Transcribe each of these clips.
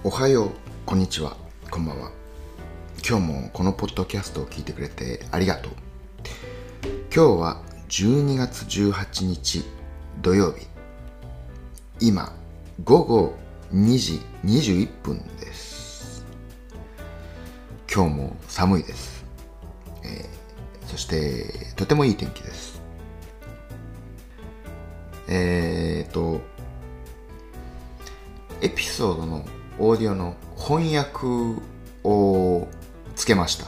おはよう、こんにちは、こんばんは。今日もこのポッドキャストを聞いてくれてありがとう。今日は12月18日土曜日。今、午後2時21分です。今日も寒いです。そしてとてもいい天気です。エピソードのオーディオの翻訳をつけました。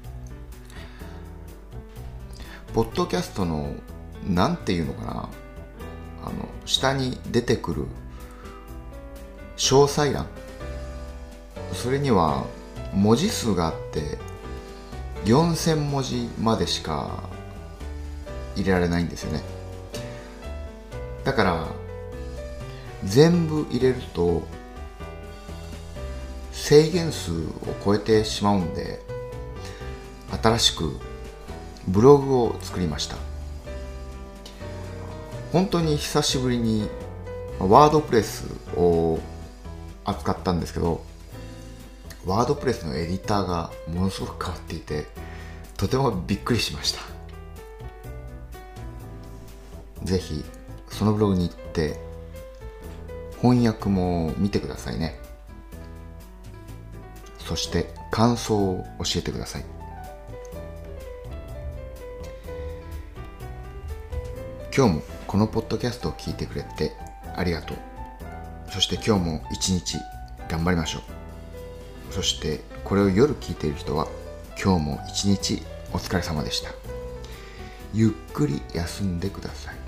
ポッドキャストのなんていうのかな、下に出てくる詳細欄、それには文字数があって4000文字までしか入れられないんですよね。だから全部入れると制限数を超えてしまうんで、新しくブログを作りました。本当に久しぶりにワードプレスを扱ったんですけど、ワードプレスのエディターがものすごく変わっていて、とてもびっくりしました。ぜひそのブログに行って翻訳も見てくださいね。そして感想を教えてください。今日もこのポッドキャストを聞いてくれてありがとう。そして今日も一日頑張りましょう。そしてこれを夜聞いている人は今日も一日お疲れ様でした。ゆっくり休んでください。